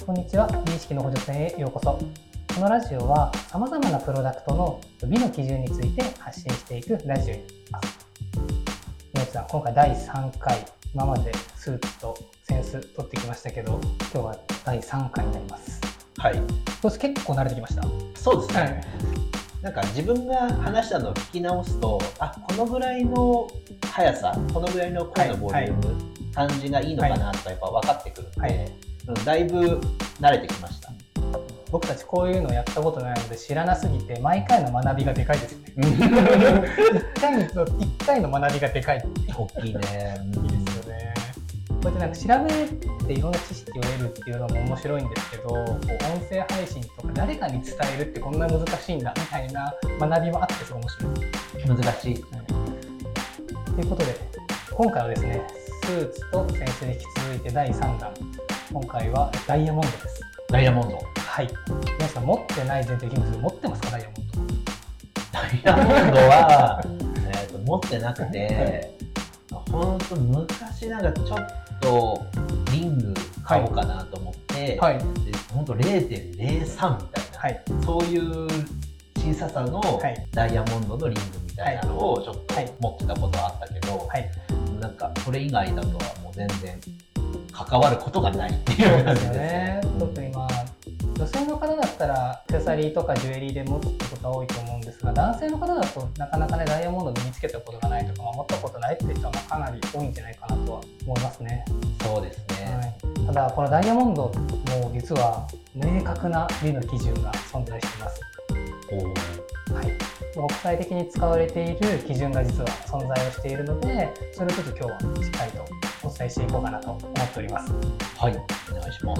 こんにちは。美意識の補助線へようこそ。このラジオは様々なプロダクトの美の基準について発信していくラジオになります。皆さん、今回第3回、今までスーツとセンス撮ってきましたけど、今日は第3回になります。 はい。 そして結構慣れてきました。 そうですね。 はい、 なんか自分が話したのを聞き直すと、このぐらいの速さ、このぐらいの声のボリューム、感じがいいのかなとかやっぱ分かってくるので、だいぶ慣れてきました。 僕たちこういうのやったことないので知らなすぎて毎回の学びがでかいですね。1回の学びがでかい。 大きいね。 いいですよね。こうやってなんか調べていろんな知識を得るっていうのも面白いんですけど、こう音声配信とか誰かに伝えるってこんな難しいんだみたいな学びもあってすごい面白い。 難しい。 ということで今回はですね、スーツとセンスに引き続いて第3弾。今回はダイヤモンドです。 ダイヤモンド。 はい。皆さん持ってない前提で聞きますけど、持ってますかダイヤモンド？ ダイヤモンドは持ってなくて、ほんと昔なんかちょっとリング買おうかなと思って、 はい、 でほんと 0.03 みたいな、はい、そういう小ささのダイヤモンドのリングみたいなのをちょっと持ってたことはあったけど、はい、なんかそれ以外だとはもう全然関わることがないっていう感じですね。 特に女性の方だったらアクセサリーとかジュエリーで持つことが多いと思うんですが、男性の方だとなかなかねダイヤモンド身につけたことがないとか、持ったことないっていう人はかなり多いんじゃないかなとは思いますね。 そうですね、 はい、ただこのダイヤモンドも実は明確な美の基準が存在しています。はい、国際的に使われている基準が実は存在をしているので、それをちょっと今日はしっかりとお伝えしていこうかなと思っております。 はい、お願いします。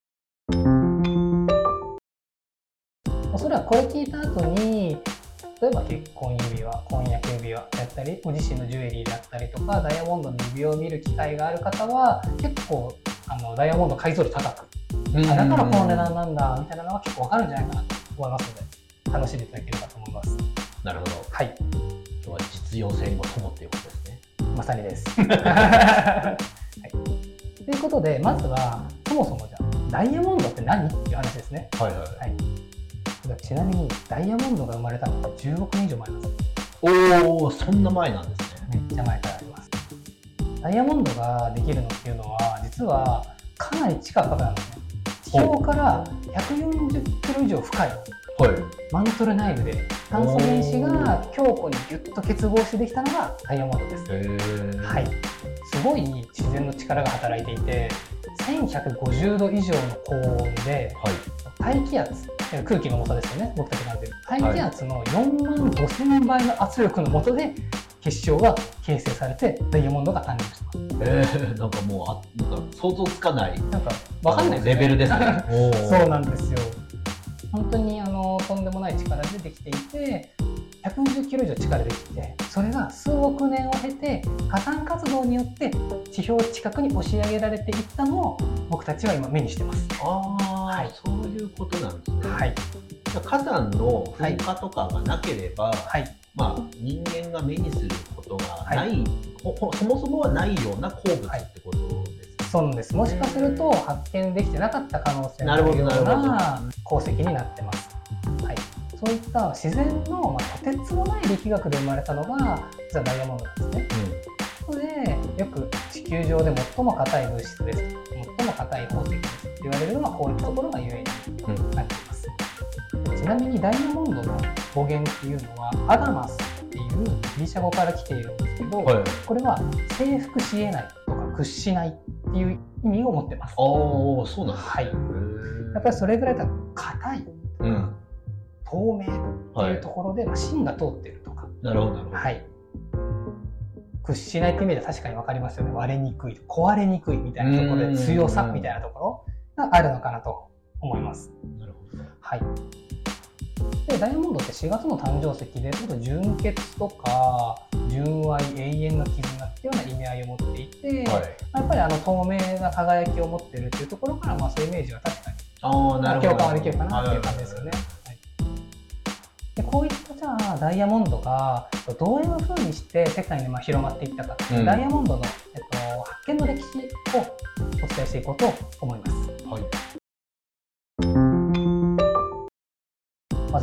おそらくこれ聞いた後に、例えば結婚指輪、婚約指輪だったり、ご自身のジュエリーであったりとか、ダイヤモンドの指輪を見る機会がある方は、結構ダイヤモンド解像度高く、だからこの値段なんだみたいなのは結構わかるんじゃないかなと思いますので、楽しんでいただければと思います。 なるほど。はい。今日は実用性にも富むということですね。 まさにです。はい、ということで、まずはそもそもじゃあダイヤモンドって何っていう話ですね。はいはいはい。ちなみにダイヤモンドが生まれたのは10億年以上前なんです。 おお、そんな前なんですね。 めっちゃ前からあります。ダイヤモンドができるのっていうのは実はかなり近くなんですね。地表から140キロ以上深い、マントル内部で炭素原子が強固にギュッと結合してできたのがダイヤモンドです。はい、すごい自然の力が働いていて、1150度以上の高温で、大気圧、空気の重さですよね、僕たちが感じる大気圧の4万5000倍の圧力の下で結晶が形成されてダイヤモンドが誕生します。 なんかもうなんか想像つかない、 なんか分かんないレベルですね。 そうなんですよ。本当にとんでもない力でできていて、140キロ以上力でできて、それが数億年を経て火山活動によって地表近くに押し上げられていったのを僕たちは今目にしてます。 はい、そういうことなんですね。はい、火山の噴火とかがなければ、人間が目にすることがない、そもそもはないような鉱物ってことですか？ そうなんです。もしかすると発見できてなかった可能性のあるような鉱石になってます。はい、そういった自然の、とてつもない力学で生まれたのが実はダイヤモンドなんですね。それでよく地球上で最も硬い物質です、最も硬い宝石ですって言われるのはこういったところがゆえになっています。ちなみにダイヤモンドの語源っていうのはアダマスっていうギリシャ語から来ているんですけど、これは征服し得ないとか屈しないっていう意味を持ってます。 そうなんですね。 はい、やっぱりそれぐらいだと硬いとか、透明っていうところで、芯が通ってるとか。 なるほどなるほど。はい、 屈しないっていう意味では確かに分かりますよね。割れにくい、壊れにくいみたいなところで強さみたいなところがあるのかなと思います。 なるほど。はい。 でダイヤモンドって4月の誕生石で、純潔とか純愛、永遠の絆っていうような意味合いを持っていて、やっぱり透明な輝きを持っているっていうところから、そういうイメージは確かに共感はできるかなっていう感じですよね。でこういったじゃあダイヤモンドがどういうふうにして世界に広まっていったか、ダイヤモンドの、発見の歴史をお伝えしていこうと思います。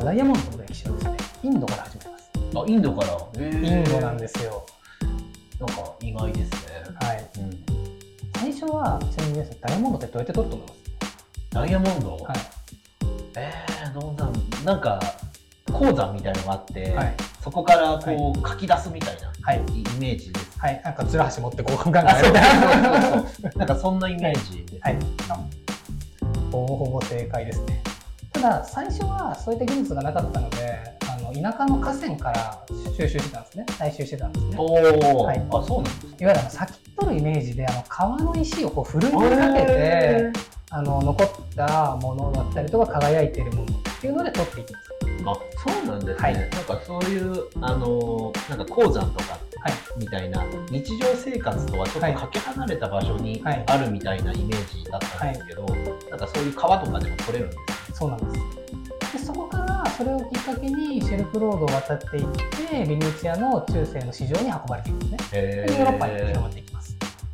ダイヤモンドの歴史はですね、インドから始まります。 インドから。 インドなんですよ。 なんか意外ですね。 はい。最初はちなみに皆さんダイヤモンドってどうやって取ると思います？ ダイヤモンド？はい。どうだろう。なんか鉱山みたいなのがあって、そこからこう書き出すみたいなイメージです。 はい。なんかつるはし持ってこうガンガンやるみたいな。 なんかそんなイメージです。はい。 ほぼほぼ正解ですね。ただ最初はそういった技術がなかったので、田舎の河川から収集してたんですね。採集してたんですね。 はい。あ、そうなんですね。 いわゆる先っ取るイメージで川の石をこうふるいにかけて残ったものだったりとか輝いているものっていうので取っていきます。 そうなんですね。なんかそういうなんか鉱山とかみたいな日常生活とはちょっとかけ離れた場所にあるみたいなイメージだったんですけど、なんかそういう川とかでも取れるんです。 そうなんです。でそこからそれをきっかけにシェルクロードを渡っていってベネチアの中世の市場に運ばれていくんですね。でヨーロッパに広まっていきます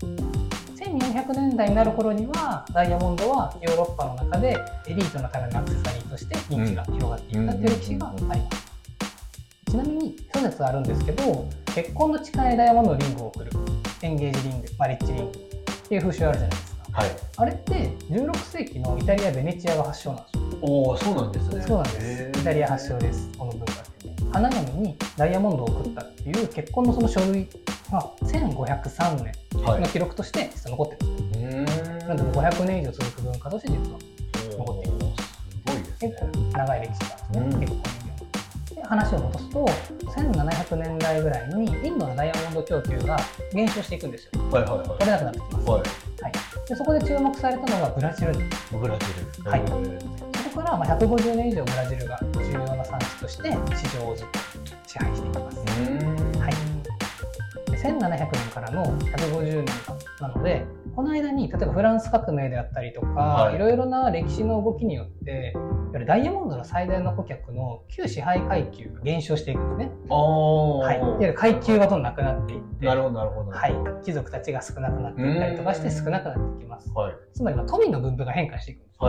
。1400年代になる頃にはダイヤモンドはヨーロッパの中でエリートのためのアクセサリーとして認知が広がっていったという歴史があります。ちなみに諸説あるんですけど、結婚の誓いダイヤモンドのリングを贈るエンゲージリング、マリッジリングっていう風習あるじゃないですか。あれって16世紀のイタリア・ベネチアが発祥なんですよ。 そうなんですね。 そうなんです。イタリア発祥です。この文化ってね。花嫁にダイヤモンドを贈ったっていう結婚のその書類は1503年の記録として実は残ってるんです。なので500年以上続く文化として実は残っている。 すごいですね。 結構長い歴史があるんですね。結構で話を戻すと1700年代ぐらいにインドのダイヤモンド供給が減少していくんですよ。取れなくなってきます。でそこで注目されたのがブラジル。はい。そこから150年以上ブラジルが重要な産地として市場をずっと支配していきます。はい。で1700年からの150年なので、この間に例えばフランス革命であったりとか、いろいろな歴史の動きによってダイヤモンドの最大の顧客の旧支配階級が減少していくんですね。はい。いわゆる階級がどんどんなくなっていって、 なるほどなるほど。 はい。貴族たちが少なくなっていったりとかして少なくなっていきます。つまり富の分布が変化していくんです。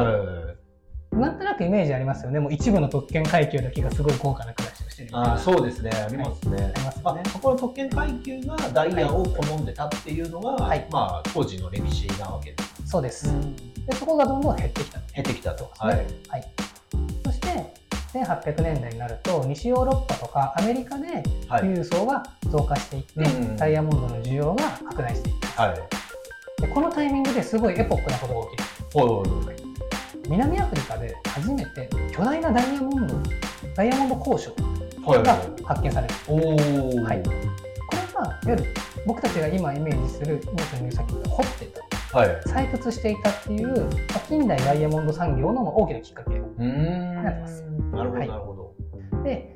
なんとなくイメージありますよね。もう一部の特権階級だけがすごい高価な暮らしをしてるみたいな。 そうですね。ありますね。そこの特権階級がダイヤを好んでたっていうのが、当時の歴史なわけです。 そうです。でそこがどんどん減ってきた。 減ってきたと。 はい。そして1800年代になると西ヨーロッパとかアメリカで富裕層が増加していって、ダイヤモンドの需要が拡大していきます。でこのタイミングですごいエポックなことが起きる。南アフリカで初めて巨大なダイヤモンド鉱床が発見される。これはいわゆる僕たちが今イメージするニュースの言う先が掘ってた、採掘していたっていう、近代ダイヤモンド産業の大きなきっかけになってます。 なるほどなるほど。 で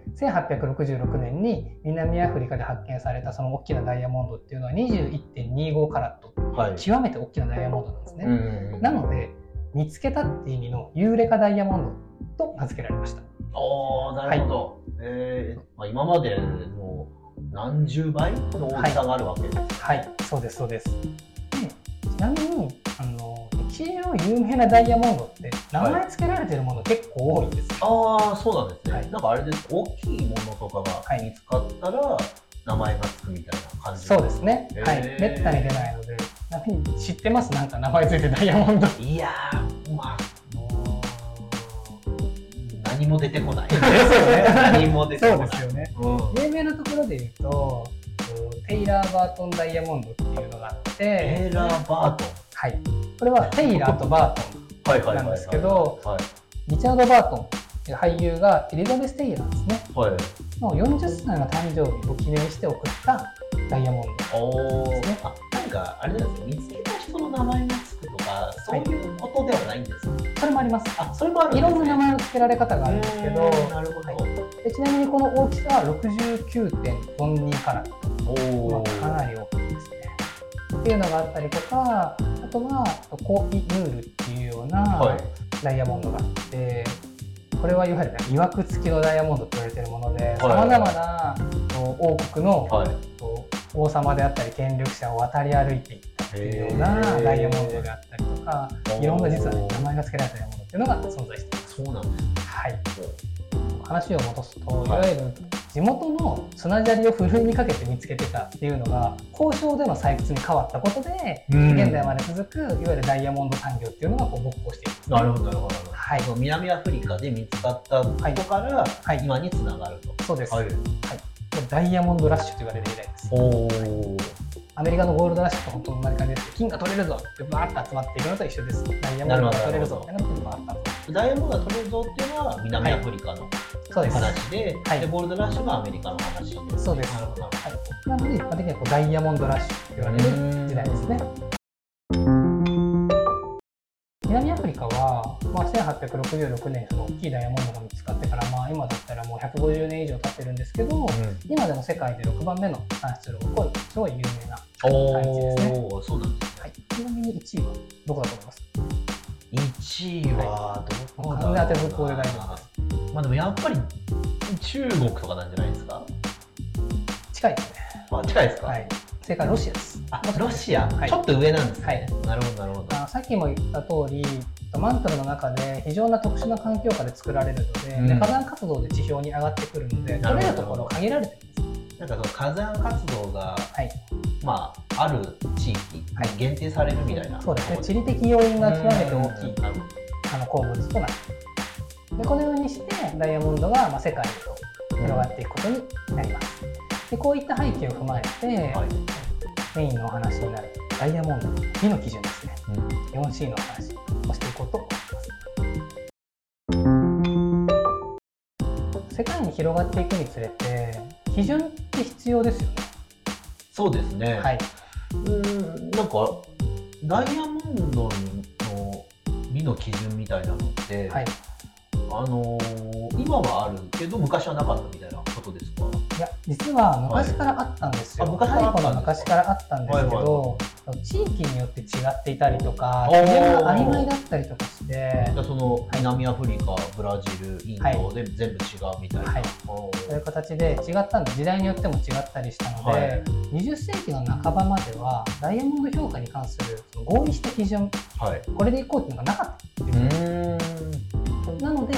1866年に南アフリカで発見されたその大きなダイヤモンドっていうのは 21.25 カラット、極めて大きなダイヤモンドなんですね。なので見つけたっていう意味のユーレカダイヤモンドと名付けられました。 なるほど。今までの何十倍の大きさがあるわけです。 はい、そうですそうです。でちなみに歴史上有名なダイヤモンドって名前付けられてるもの結構多いんですよ。 そうなんですね。なんかあれです。大きいものとかが見つかったら名前が付くみたいな感じ。 そうですね。はい。めったに出ないので。知ってます？なんか名前付いてダイヤモンド。 いやー、何も出てこない。 ですよね。 何も出てこない。 そうですよね。有名なところで言うと、テイラー・バートンダイヤモンドっていうのがあって。 テイラー・バートン。 はい。これはテイラーとバートンなんですけど、リチャード・バートンっていう俳優がエリザベス・テイラーですね。の40歳の誕生日を記念して送ったダイヤモンドですね。 なんかあれなんですよ。見つけた人の名前がつくとか、そういうことではないんですか？ それもあります。 それもあるんですね。 いろんな名前の付けられ方があるんですけど、 なるほど。 でちなみにこの大きさは 69.42 カラット。かなり大きいですね。っていうのがあったりとか、あとはコーピヌールっていうようなダイヤモンドがあって、これはいわゆるいわく付きのダイヤモンドと言われているもので、さまざまな王国の王様であったり権力者を渡り歩いていったっていうようなダイヤモンドであったりとか、いろんな実は名前が付けられたダイヤモンドっていうのが存在しています。 そうなんですね。 はい。 話を戻すと、いわゆる地元の砂砂利をふるいにかけて見つけてたっていうのが交渉での採掘に変わったことで、現在まで続くいわゆるダイヤモンド産業っていうのがこう勃興している。 なるほどなるほど。はい。南アフリカで見つかったことから今につながると。 そうです。はい。ダイヤモンドラッシュと言われる由来です。おー。アメリカのゴールドラッシュと本当に同じ感じです。金が取れるぞってバーッと集まっていくのと一緒です。ダイヤモンドが取れるぞってなってバーッと。 ダイヤモンドが取れるぞっていうのは南アフリカの話で、でゴールドラッシュがアメリカの話です。 そうです。なるほど。なので一般的にはダイヤモンドラッシュと言われる時代ですね。南アフリカは、1866年その大きいダイヤモンドが見つかってから、今だったらもう150年以上経ってるんですけど、今でも世界で6番目の産出量が多い、すごい有名な産地ですね。 そうなんですね。 はい。ちなみに1位はどこだと思います？ 1位はどこだろうな。 完全当てずっぽうで大丈夫です。 でもやっぱり中国とかなんじゃないですか？ 近いですね。 近いですか？はい。 正解はロシアです。 ロシア、ちょっと上なんですね。なるほどなるほど。 さっきも言った通り、マントルの中で非常な特殊な環境下で作られるので、火山活動で地表に上がってくるので、取れるところ限られてるんです。 なんかその火山活動が、ある地域、限定されるみたいな。 そうですね。地理的要因が極めて大きい鉱物となっている。でこのようにしてダイヤモンドが世界へと広がっていくことになります。でこういった背景を踏まえて、メインのお話になるダイヤモンドの美の基準ですね、4C の話をしていこうと思います。世界に広がっていくにつれて基準って必要ですよね。 そうですね。はい。なんかダイヤモンドの美の基準みたいなのって、今はあるけど昔はなかったみたいなことですか？ いや、実は昔からあったんですよ。昔からあったんですけど、地域によって違っていたりとか、基準が曖昧だったりとかして、 その南アフリカ、ブラジル、インドで全部違うみたいな、 そういう形で違ったんで、時代によっても違ったりしたので、20世紀の半ばまではダイヤモンド評価に関する合意した基準、これでいこうっていうのがなかったんですよ。なので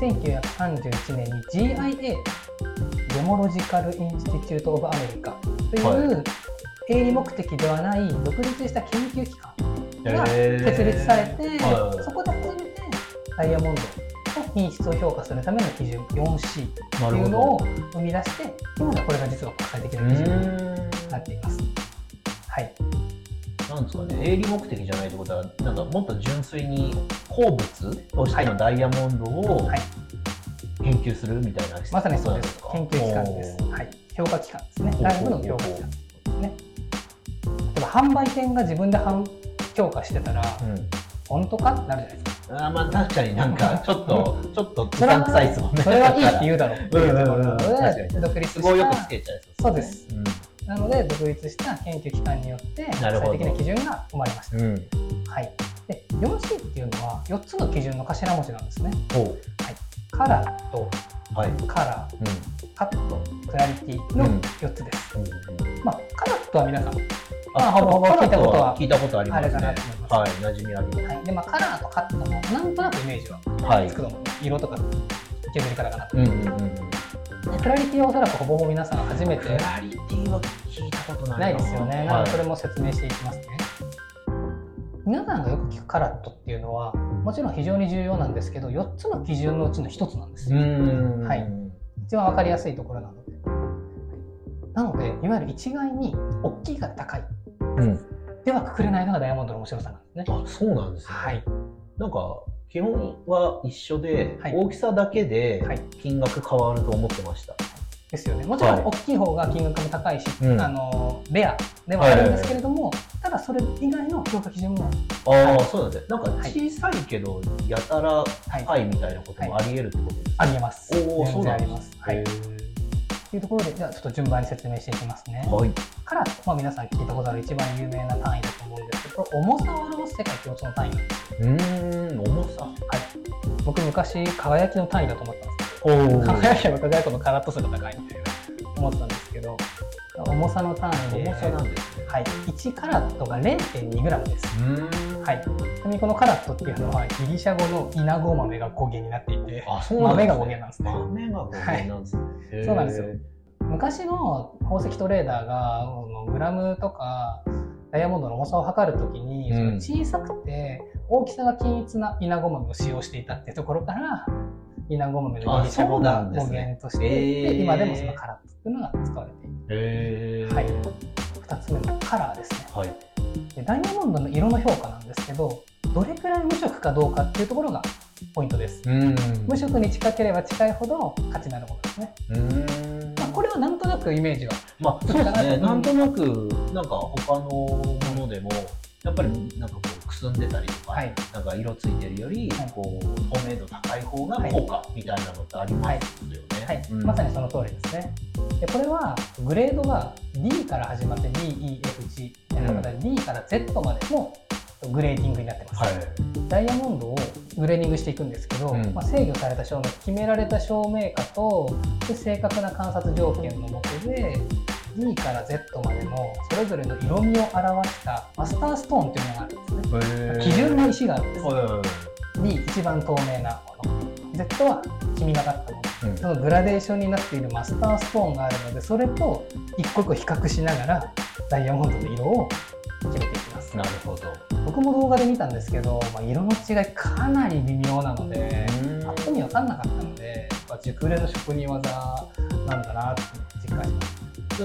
1931年に GIA ゲモロジカル・インスティチュート・オブ・アメリカという営利目的ではない独立した研究機関が設立されて、そこで初めてダイヤモンドの品質を評価するための基準 4C というのを生み出して、今ではこれが実は国際的な基準になっています。はい。 なんですかね、営利目的じゃないってことは、なんかもっと純粋に鉱物としてのダイヤモンドを研究するみたいな、 まさにそうです。研究機関です。はい。評価機関ですね。外部の評価機関ですね。例えば販売店が自分で評価してたら、本当かってなるじゃないですか。 確かになんかちょっとうさんくさいですもんね。 それはいいって言うだろうっていうところなので、 独立した。都合よくつけちゃいそう。 そうです。なので独立した研究機関によって国際的な基準が生まれました。はい。で、4C っていうのは4つの基準の頭文字なんですね。はい。カラット、カラー、カット、クラリティの4つです。カラットは皆さんほぼほぼ聞いたことはありますね。 はい、馴染みあります。 はい。で、カラーとカットもなんとなくイメージはつくと思う。色とか削り方かなと。クラリティはおそらくほぼほぼ皆さん初めて。 クラリティは聞いたことないですよね。なのでそれも説明していきますね。皆さんがよく聞くカラットっていうのはもちろん非常に重要なんですけど、4つの基準のうちの1つなんですよ。はい。一番わかりやすいところなので。なのでいわゆる一概に大きいから高いではくくれないのがダイヤモンドの面白さなんですね。 そうなんですね。はい。なんか基本は一緒で、大きさだけで金額変わると思ってました。 ですよね。もちろん大きい方が金額も高いし、レアではあるんですけれども、ただそれ以外の評価基準もそうなんですね。なんか小さいけどやたら高いみたいなこともあり得るってことですか？ あり得ます。 そうなんあります。はい。というところで、じゃあちょっと順番に説明していきますね。カラット、皆さん聞いたことある一番有名な単位だと思うんですけど、重さを表す世界共通の単位なんですよ。 重さ。 はい。僕昔輝きの単位だと思ったんですけど、輝きは輝くのカラット数が高いみたいな思ってたんですけど、重さの単位で。 重さなんですね。 はい、1カラットが 0.2g です。はい、ちなみにこのカラットっていうのはギリシャ語のイナゴ豆が語源になっていて、豆が語源なんですね。 豆が語源なんですね。 はい、そうなんですよ。昔の宝石トレーダーがグラムとかダイヤモンドの重さを測るときに、その小さくて大きさが均一なイナゴ豆を使用していたっていうところから、イナゴ豆のギリシャ語が語源として、今でもそのカラットっていうのが使われている。はい、2つ目のカラーですね。はい、でダイヤモンドの色の評価なんですけど、どれくらい無色かどうかっていうところがポイントです。無色に近ければ近いほど価値のあるものですね。これはなんとなくイメージは。 そうですね。なんとなくなんか他のものでもやっぱりなんかこうくすんでたりとか、なんか色ついてるよりこう透明度高い方が効果みたいなのってありますよね。 はい、まさにその通りですね。でこれはグレードが D から始まって DEFG みたいな形で D から Z までのグレーディングになってます。ダイヤモンドをグレーディングしていくんですけど、制御された照明、決められた照明下と正確な観察条件の下で D から Z までのそれぞれの色味を表したマスターストーンというのがあるんですね。基準の石があるんです。D 一番透明なもの、Z は黄みがかったもの、そのグラデーションになっているマスターストーンがあるので、それと一個一個比較しながらダイヤモンドの色を決めていきます。 なるほど。 僕も動画で見たんですけど、色の違いかなり微妙なので、パッと見分かんなかったので、熟練の職人技なんだなって実感します。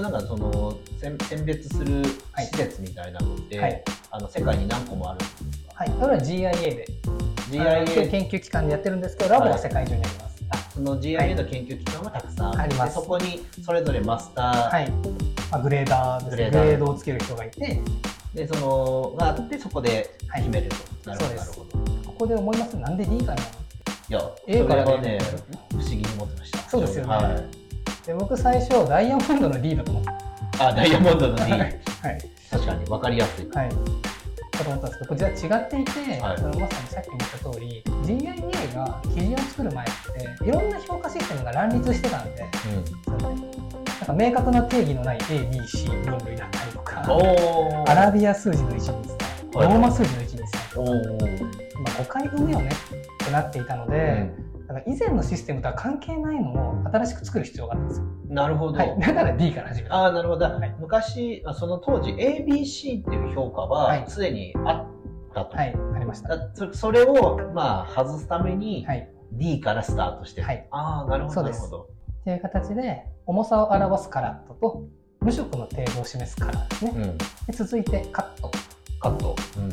なんかその選別する施設みたいなのって、世界に何個もあるんですか？ はい、それは GIA で GIA 研究機関でやってるんですけど、ラボは世界中にあります。 その GIA の研究機関はたくさんあります。そこにそれぞれマスター、 グレーダーですね、グレードをつける人がいて、 でそのがあってそこで決めると。なるほど。 ここで思います。なんで D かな？いや、A からね、不思議に思ってました。 そうですよね。で僕最初ダイヤモンドの D だと思って。 ダイヤモンドの D。確かに分かりやすい。 だと思ったんですけど、これじゃあ違っていて、まさにさっきも言った通り GIA が基準を作る前っていろんな評価システムが乱立してたんで、なんか明確な定義のない A、B、C 分類だったりとか、アラビア数字の1にしたり、ローマ数字の1にしたりとか、誤解生むよねってなっていたので、だから以前のシステムとは関係ないのを新しく作る必要があったんですよ。 なるほど。 だから D から始めた。 なるほど。昔、その当時 ABC っていう評価はすでにあったと。 ありました。 それを外すために D からスタートしてる。なるほど。なるほど。 っていう形で重さを表すカラットと無色の程度を示すカラーですね。で続いてカット。カット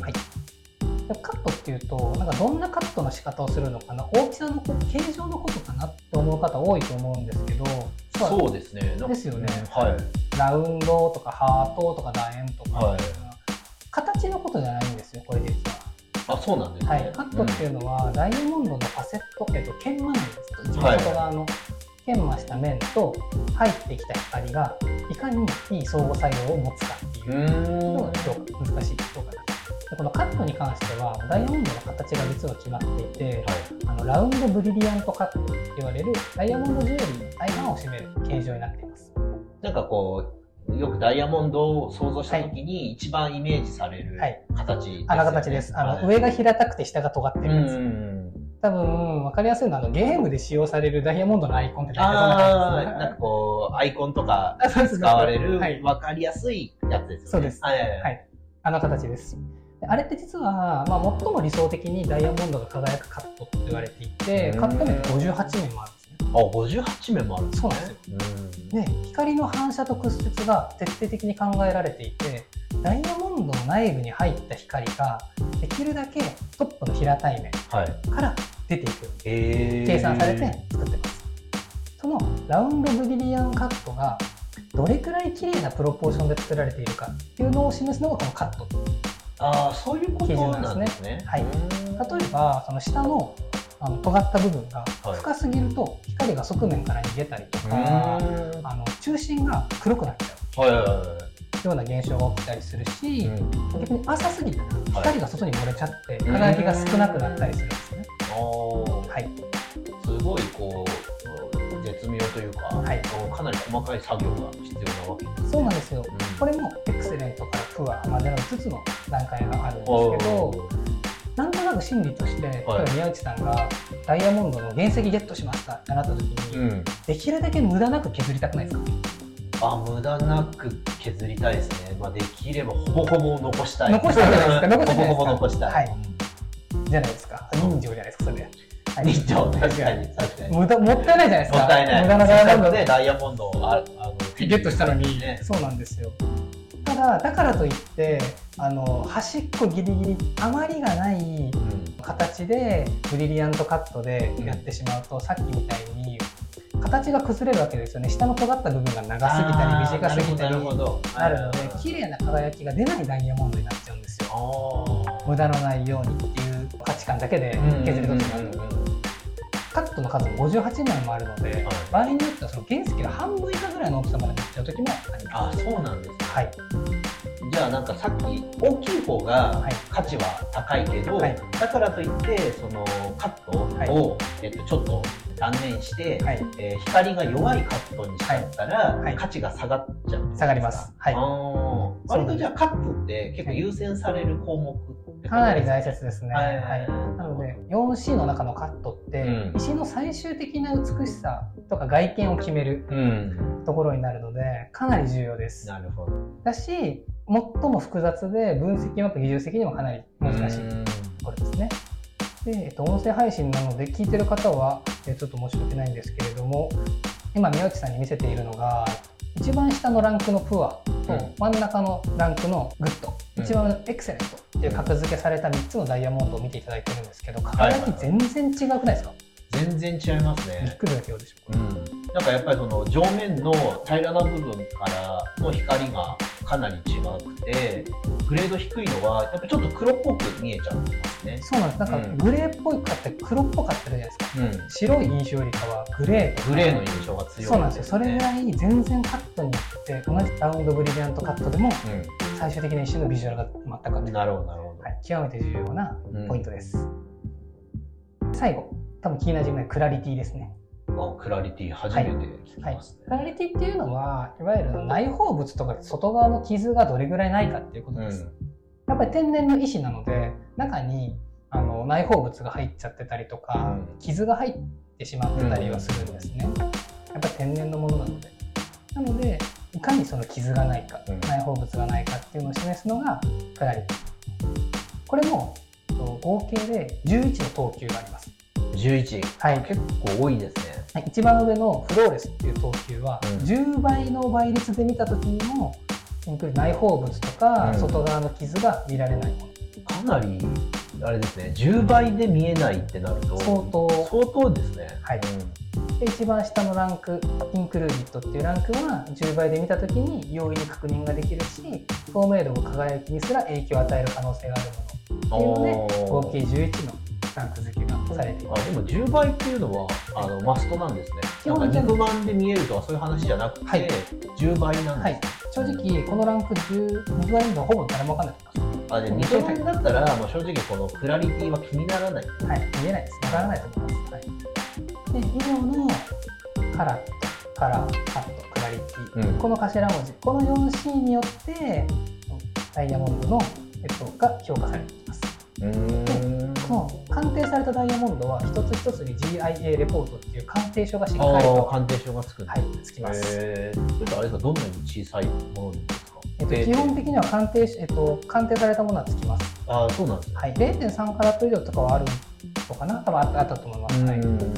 っていうと、なんかどんなカットの仕方をするのかな、大きさの形状のことかなって思う方多いと思うんですけど、 そうですね。 ですよね。ラウンドとかハートとか楕円とか、形のことじゃないんですよ、これ実は。 そうなんですね。 カットっていうのはダイヤモンドのファセット、研磨面ですと、一番外側の研磨した面と入ってきた光がいかにいい相互作用を持つかっていうのが難しい評価です。このカットに関してはダイヤモンドの形が実は決まっていて、ラウンドブリリアントカットと言われるダイヤモンドジュエリーの大半を占める形状になっています。 なんかこうよくダイヤモンドを想像した時に一番イメージされる形ですよね。 あの形です。上が平たくて下が尖ってるんです。多分分かりやすいのはゲームで使用されるダイヤモンドのアイコンって大体そんな感じです。 なんかこうアイコンとか使われる分かりやすいやつですよね。 そうです。あの形です。あれって実は、最も理想的にダイヤモンドが輝くカットって言われていて、カット面って58面もあるんですね。 58面もあるんですね。 そうなんですよ。で、光の反射と屈折が徹底的に考えられていて、ダイヤモンドの内部に入った光ができるだけトップの平たい面から出ていくように計算されて作ってます。そのラウンドブリリアンカットがどれくらい綺麗なプロポーションで作られているかっていうのを示すのがこのカット。 そういうことなんですね。 例えばその下の尖った部分が深すぎると光が側面から逃げたりとか、中心が黒くなっちゃうような現象が起きたりするし、逆に浅すぎたら光が外に漏れちゃって輝きが少なくなったりするんですね。 すごいこう絶妙というか、かなり細かい作業が必要なわけですね。 そうなんですよ。これもエクセレントからフワまでの5つの段階があるんですけど、なんとなく心理として、例えば宮内さんがダイヤモンドの原石ゲットしましたってなった時に、できるだけ無駄なく削りたくないですか？ 無駄なく削りたいですね。できればほぼほぼ残したい。 残したいじゃないですか。残したいじゃないですか。 ほぼほぼ残したい。 はい。じゃないですか。人情じゃないですか、それ。 人情、確かに。 もったいないじゃないですか。 もったいない。無駄なダイヤモンドでダイヤモンドをゲットしたのに、そうなんですよ。ただ、だからといって、端っこギリギリ余りがない形でブリリアントカットでやってしまうと、さっきみたいに形が崩れるわけですよね。下の尖った部分が長すぎたり短すぎたりなるので、綺麗な輝きが出ないダイヤモンドになっちゃうんですよ。無駄のないようにっていう価値観だけで削り取ってます。カットの数も58枚もあるので、場合によってはその原石の半分以下ぐらいの大きさまでなっちゃう時もあります。 そうなんですね。 はい。 じゃあさっき大きい方が価値は高いけど、だからといってそのカットを、ちょっと断念して、光が弱いカットにしちゃったら、価値が下がっちゃうんですか？ 下がります。はい。 割とじゃあカットって結構優先される項目ってかなり大切ですね。はい。なので 4C の中のカットって、石の最終的な美しさとか外見を決めるところになるので、かなり重要です。 なるほど。 だし、最も複雑で分析マップ技術的にもかなり難しいところですね。で、音声配信なので聞いてる方はちょっと申し訳ないんですけれども、今宮内さんに見せているのが一番下のランクのプアと真ん中のランクのグッド、一番エクセレントっていう格付けされた3つのダイヤモンドを見ていただいてるんですけど、輝き全然違くないですか？ 全然違いますね。 びっくりだけどでしょうか。 やっぱりその上面の平らな部分からの光がかなり違くて、グレード低いのはやっぱちょっと黒っぽく見えちゃうんですね。 そうなんです。グレーっぽいかって黒っぽかったじゃないですか。白い印象よりかはグレーの印象が強い。 そうなんですよ。それぐらい全然カットによって同じラウンドブリリアントカットでも最終的な石のビジュアルが全く変わる。 なるほど。 極めて重要なポイントです。最後、多分気になじみないクラリティですね。 クラリティ初めて聞きますね。 クラリティっていうのは、いわゆる内包物とか外側の傷がどれぐらいないかっていうことです。やっぱり天然の石なので、中に内包物が入っちゃってたりとか、傷が入ってしまってたりはするんですね。やっぱり天然のものなので。なので、いかにその傷がないか、内包物がないかっていうのを示すのがクラリティ。これも合計で11の等級があります。 11、結構多いですね。 一番上のフローレスっていう等級は、10倍の倍率で見た時にも内包物とか外側の傷が見られないもの。 かなりあれですね。10倍で見えないってなると相当ですね。 で一番下のランクインクルーディットっていうランクは10倍で見た時に容易に確認ができるし、透明度も輝きにすら影響を与える可能性があるものっていうので、合計11のランク付けがされています。 でも10倍っていうのはマストなんですね。肉眼で見えるとかそういう話じゃなくて、10倍なんです。 正直このランク10倍のほぼ誰も分かんないと思います。 肉眼だったらもう正直このクラリティは気にならない。 見えないです。分からないと思います。で以上のカラット、カラー、カット、クラリティ、この頭文字、この 4C によってダイヤモンドのが評価されています。この鑑定されたダイヤモンドは一つ一つに GIA レポートっていう鑑定書がしっかりと鑑定書がつくんですつきます。 それとあれですか、どんなに小さいものですか？ 基本的には鑑定されたものはつきます。 そうなんですね。 0.3 カラット以上とかはあるのかな、多分あったと思います。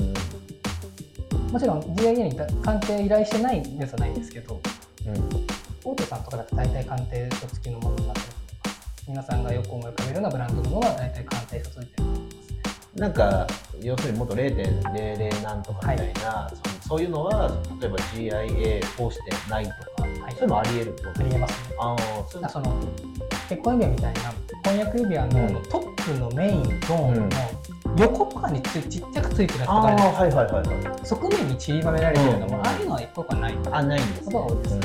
もちろん GIA に鑑定依頼してないやつはないんですけど、大手さんとかだと大体鑑定書付きのものになってると思います。皆さんがよく思い浮かべるようなブランドのものは大体鑑定書付いてると思いますね。 要するにもっと 0.00 なんとかみたいな、そういうのは例えば GIA 通してないとか、そういうのあり得るってこと？ あり得ますね。その結婚指輪みたいな婚約指輪のトップのメインゾーンの横とかにちっちゃくついてるやつとかあるんです。側面に散りばめられてるのも、ああいうのは一個がない。 ないんです。 ことが多いです。なる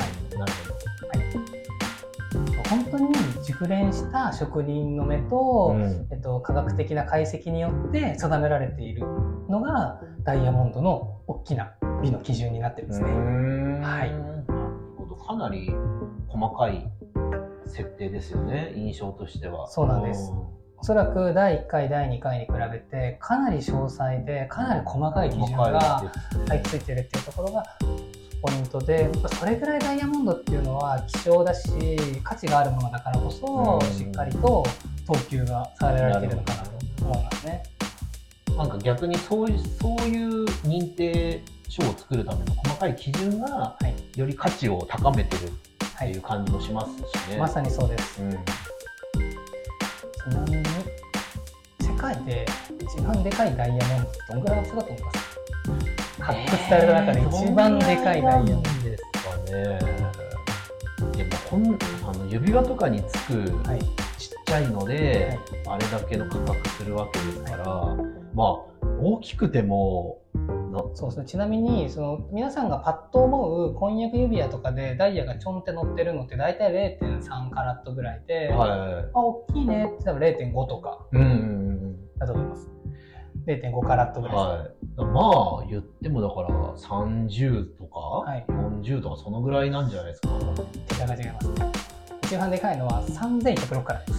ほど。本当に熟練した職人の目と、科学的な解析によって定められているのがダイヤモンドの大きな美の基準になってるんですね。 かなり細かい設定ですよね、印象としては。 そうなんです。おそらく第1回、第2回に比べてかなり詳細でかなり細かい基準が入ってついてるっていうところがポイントで、それぐらいダイヤモンドっていうのは希少だし価値があるものだからこそ、しっかりと等級がされられているのかなと思いますね。 なんか逆にそういう認定書を作るための細かい基準がより価値を高めてるっていう感じもしますしね。 まさにそうです。ちなみに世界で一番でかいダイヤモンドってどんぐらい大きさだと思います？発掘された中で一番でかいダイヤモンドですかね。でも指輪とかにつくちっちゃいので、あれだけの価格するわけですから、まあ大きくてもそうですね。ちなみに皆さんがパッと思う婚約指輪とかでダイヤがちょんって乗ってるのって大体 0.3 カラットぐらいで、大きいねって多分 0.5 とかだと思います。0.5 カラットぐらいです。 まあ言ってもだから30とか、40とかそのぐらいなんじゃないですか。 桁が違いますね。一番でかいのは3106カラットです。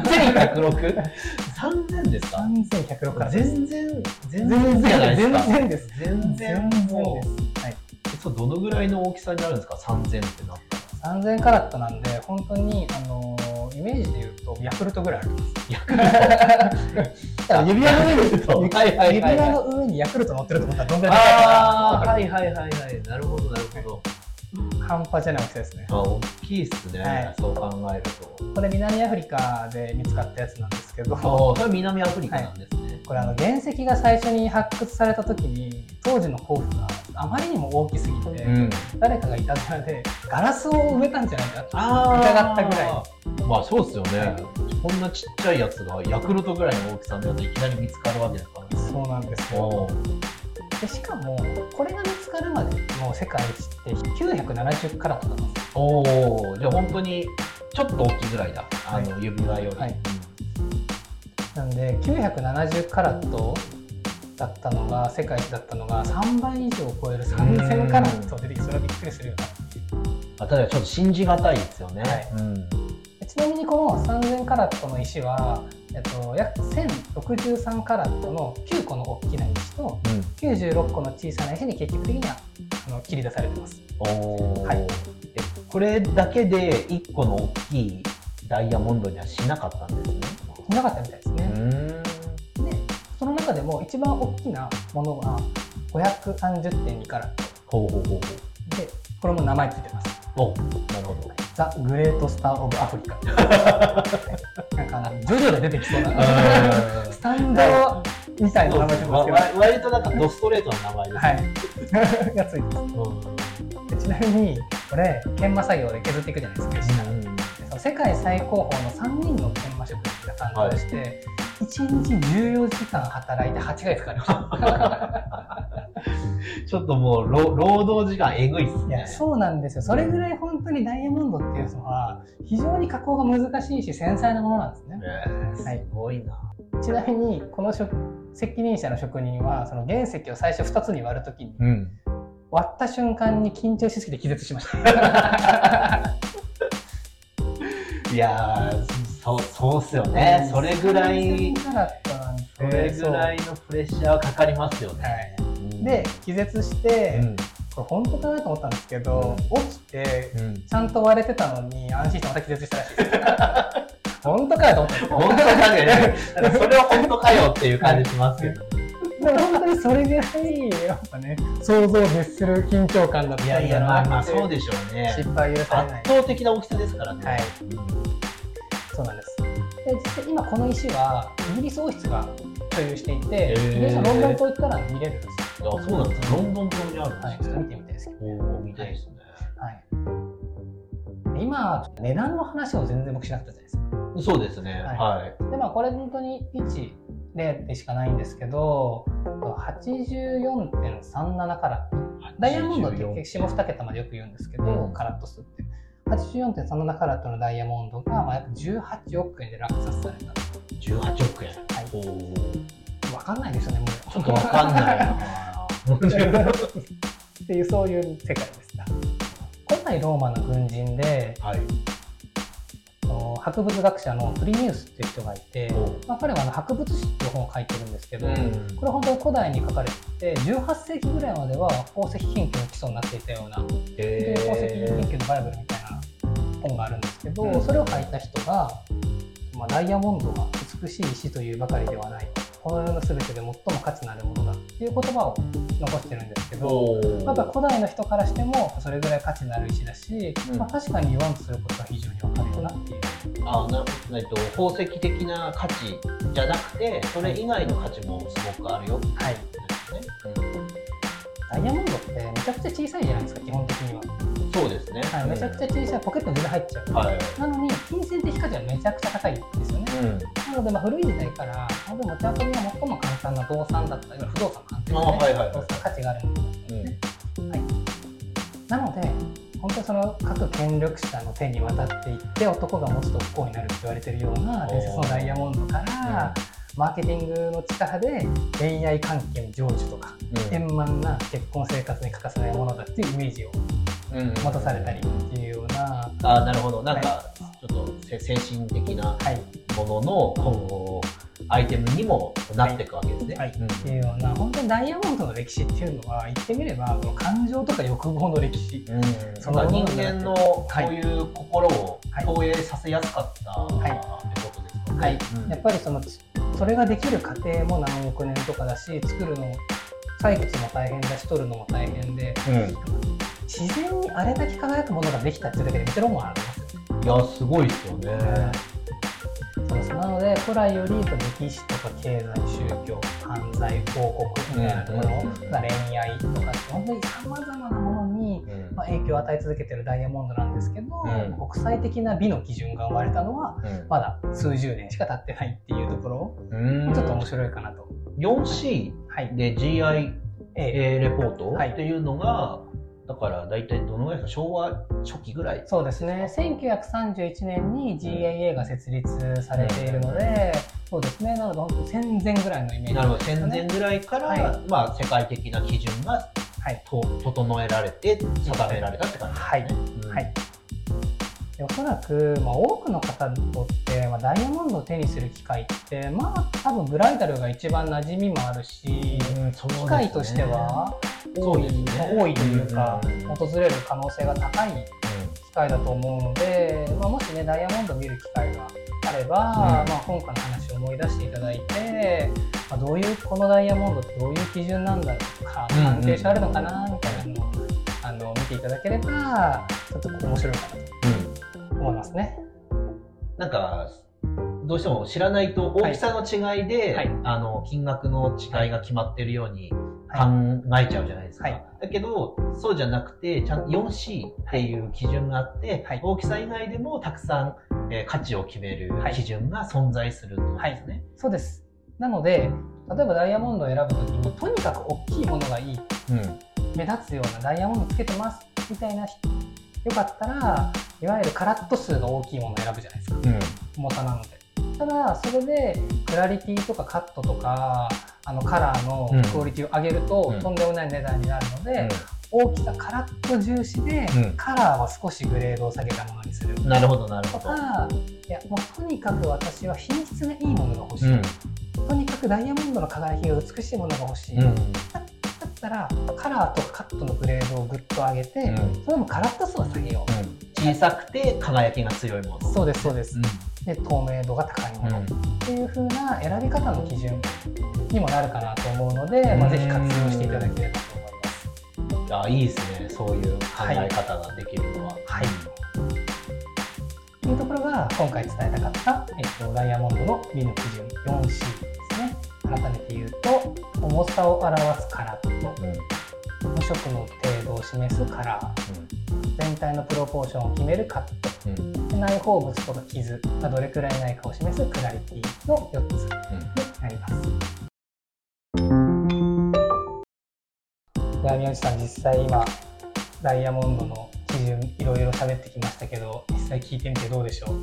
3106?3000 ですか ？3106から全然じゃないですか。 全然です。 全然もう、はい。どのぐらいの大きさになるんですか？3000ってなったら。 3000カラットなんで、本当にイメージで言うとヤクルトぐらいあります。 ヤクルト指輪の上にヤクルト乗ってると思ったらどんぐらい高いかな。 はい。なるほど。 半端じゃない大きさですね。 大きいっすね、そう考えると。 これ南アフリカで見つかったやつなんですけど、 それ南アフリカなんですね。 これ原石が最初に発掘された時に当時の甲府があまりにも大きすぎて、誰かがいたずらでガラスを埋めたんじゃないかと疑ったぐらい。 まあそうですよね、こんなちっちゃいやつがヤクルトぐらいの大きさのやついきなり見つかるわけですからね。 そうなんですよ。でしかもこれが見つかるまでの世界一って970カラットなんですよ。 じゃあ本当にちょっと大きいぐらいだ、指輪より。 なんで970カラットだったのが世界一だったのが3倍以上超える3000カラット出てきて、それはびっくりするようなただちょっと信じがたいですよね。 ちなみにこの3000カラットの石は約1063カラットの9個の大きな石と、96個の小さな石に結局的には切り出されてます。 これだけで1個の大きいダイヤモンドにはしなかったんですね。 しなかったみたいですね。でその中でも一番大きなものが 530.2 カラットで、これも名前ついてます。 なるほど。 ザ・グレート・スター・オブ・アフリカ。なんかジョジョで出てきそうなスタンドみたいな名前ですけど、 割となんかドストレートな名前ですね。 がついてます。ちなみにこれ研磨作業で削っていくじゃないですか、石。世界最高峰の3人の研磨職人が担当して、1日14時間働いて8ヶ月かかりました。 ちょっともう労働時間えぐいっすね。 いや、そうなんですよ。それぐらい本当にダイヤモンドっていうのは非常に加工が難しいし繊細なものなんですね。 すごいな。 ちなみにこの責任者の職人はその原石を最初2つに割るときに、割った瞬間に緊張しすぎて気絶しました。 いやそうっすよね。それぐらいのプレッシャーはかかりますよね。 で気絶して、これ本当かなと思ったんですけど、起きてちゃんと割れてたのに安心してまた気絶したらしいです。本当かよと思ったんですよ。 本当かよ。それは本当かよっていう感じしますけど。 でも本当にそれぐらいやっぱね、想像を絶する緊張感だったんだなって。 いやまあそうでしょうね。 失敗許されない。 圧倒的な大きさですからね。 そうなんです。で実際今この石はイギリス王室が所有していて、イギリスのロンドン島行ったら見れるんですよ。 そうなんです。ロンドン島にあるんですね。 ちょっと見てみたいですけど。 見たいですね。 今値段の話を全然僕しなかったじゃないですか。 そうですね。 でこれ本当に1、0でしかないんですけど、84.37 カラット。ダイヤモンドって結下2桁までよく言うんですけど、カラット数って。84.37 カラットのダイヤモンドが約18億円で落札された。 18億円。 分かんないですよね、もう。 ちょっと分かんないな。 っていうそういう世界でした。古代ローマの軍人で、 博物学者のプリニウスっていう人がいて、彼は博物史っていう本を書いてるんですけど、これ本当に古代に書かれてて18世紀ぐらいまでは宝石研究の基礎になっていたような、宝石研究のバイブルみたいな本があるんですけど、それを書いた人が、ダイヤモンドは美しい石というばかりではない、この世の全てで最も価値のあるものだっていう言葉を残してるんですけど、やっぱ古代の人からしてもそれぐらい価値のある石だし、確かに言わんとすることは非常に分かるよなっていう。 宝石的な価値じゃなくてそれ以外の価値もすごくあるよってことですね。 ダイヤモンドってめちゃくちゃ小さいじゃないですか、基本的には。 そうですね、 めちゃくちゃ小さい、ポケットに全然入っちゃう、なのに金銭的価値はめちゃくちゃ高いんですよね。なので古い時代から本当に持ち運びが最も簡単な動産だったり、不動産の関係で動産価値があるものだったんですね。なので本当にその各権力者の手に渡っていって男が持つと不幸になるって言われてるような伝説のダイヤモンドから、マーケティングの力で恋愛関係の成就とか、円満な結婚生活に欠かせないものだっていうイメージを持たされたりっていうような。 なるほど。なんかちょっと精神的なものの今後アイテムにもなっていくわけですね。 っていうような、本当にダイヤモンドの歴史っていうのは言ってみれば感情とか欲望の歴史、 その人間のそういう心を投影させやすかったってことですかね。 やっぱりそれができる過程も何億年とかだし、作るの採掘も大変だし取るのも大変で、自然にあれだけ輝くものができたっていうだけでめっちゃロマンありますよね。 いやすごいですよね。 なので古来より歴史とか経済、宗教、犯罪、広告みたいなところ、恋愛とかって本当にさまざまなものに影響を与え続けているダイヤモンドなんですけど、国際的な美の基準が生まれたのはまだ数十年しか経ってないっていうところ、ちょっと面白いかなと。 4C で GIA レポートっていうのがだから大体どのぐらいですか、昭和初期ぐらい。 そうですね、1931年に GIA が設立されているので、そうですね、なので本当に戦前ぐらいのイメージですね。 なるほど、戦前ぐらいから、世界的な基準が、整えられて定められたって感じですね。 おそらく、多くの方にとって、ダイヤモンドを手にする機会って多分ブライダルが一番馴染みもあるし、機会としては多いというか、訪れる可能性が高い機会だと思うので、もしねダイヤモンドを見る機会があれば、今回の話を思い出していただいて、どういうこのダイヤモンドってどういう基準なんだろうとか、関係性あるのかなみたいなのを見ていただければちょっと面白いかなと思いますね。 なんかどうしても知らないと大きさの違いで、金額の違いが決まっているように考えちゃうじゃないですか。だけどそうじゃなくてちゃんと 4C っていう基準があって、大きさ以外でもたくさん、価値を決める基準が存在するってことですね。 そうです。なので例えばダイヤモンドを選ぶときにとにかく大きいものがいい、目立つようなダイヤモンドつけてますみたいな人よかったらいわゆるカラット数が大きいものを選ぶじゃないですか、重さなので。ただそれでクラリティとかカットとかカラーのクオリティを上げると、とんでもない値段になるので、大きさカラッと重視で、カラーは少しグレードを下げたものにする。 なるほどなるほど。 とか、いやもうとにかく私は品質がいいものが欲しい、とにかくダイヤモンドの輝きが美しいものが欲しい、だったらカラーとかカットのグレードをぐっと上げて、それもカラット数は下げよう、 小さくて輝きが強いもの。 そうですそうです、で透明度が高いもの、っていう風な選び方の基準にもなるかなと思うので、ぜひ活用していただければと思います。 いいですね、そういう考え方ができるのは。 というところが今回伝えたかった、ダイヤモンドの美の基準 4C ですね。改めて言うと、重さを表すカラット、無色の程度を示すカラー、全体のプロポーションを決めるカット、内包物とか傷がどれくらいないかを示すクラリティの4つになります。宮内さん、実際今ダイヤモンドの基準いろいろ喋ってきましたけど、実際聞いてみてどうでしょう？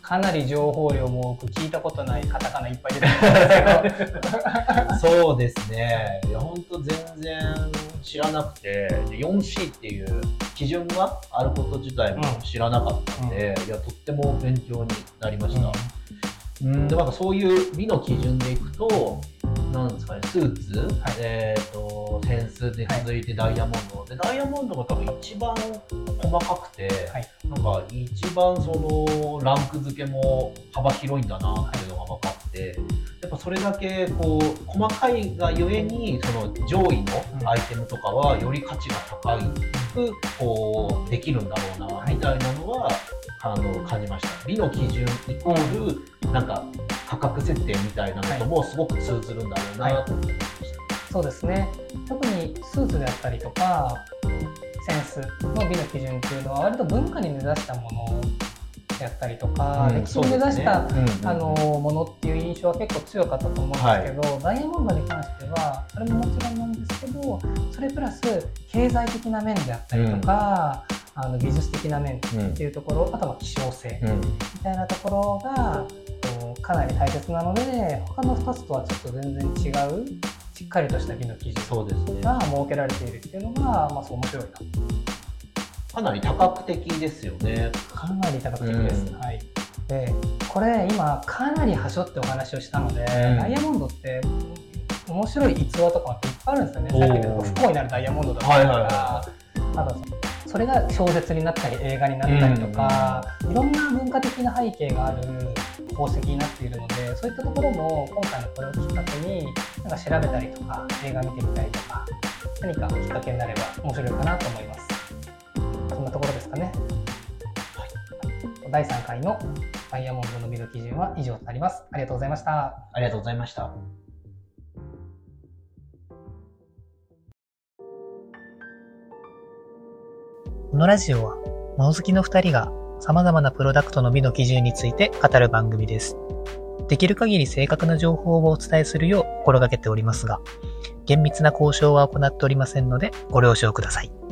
かなり情報量も多く聞いたことないカタカナいっぱい出てくるんですけどそうですね。いや本当全然知らなくて 4C っていう基準があること自体も知らなかったんで、いやとっても勉強になりました。でなんかそういう美の基準でいくとなんですかね、スーツ、センスで続いてダイヤモンドで、ダイヤモンドが多分一番細かくて、なんか一番そのランク付けも幅広いんだなっていうのが分かって、やっぱそれだけこう細かいがゆえにその上位のアイテムとかはより価値が高くこうできるんだろうなみたいなのは感じました。美の基準イコールなんか価格設定みたいなのともすごく通ずるんだろうなと思いました。 そうですね。特にスーツであったりとかセンスの美の基準っていうのは割と文化に根ざしたものであったりとか、歴史に根ざしたものっていう印象は結構強かったと思うんですけど、ダイヤモンドに関してはそれももちろんなんですけど、それプラス経済的な面であったりとか、技術的な面っていうところ、あとは希少性みたいなところがかなり大切なので、他の2つとはちょっと全然違うしっかりとした美の基準が設けられているっていうのが、そう面白いな。 かなり多角的ですよね。 かなり多角的です。はい。で、これ今かなり端折ってお話をしたので、ダイヤモンドって面白い逸話とかっていっぱいあるんですよね。さっき言った不幸になるダイヤモンドだったりとか、ただそれが小説になったり映画になったりとか、いろんな文化的な背景がある宝石になっているので、そういったところも今回のこれをきっかけになんか調べたりとか映画見てみたりとか、何かきっかけになれば面白いかなと思います。そんなところですかね。第3回のダイヤモンドの美の基準は以上となります。ありがとうございました。 ありがとうございました。 このラジオは物好きの2人が様々なプロダクトの美の基準について語る番組です。できる限り正確な情報をお伝えするよう心がけておりますが、厳密な交渉は行っておりませんのでご了承ください。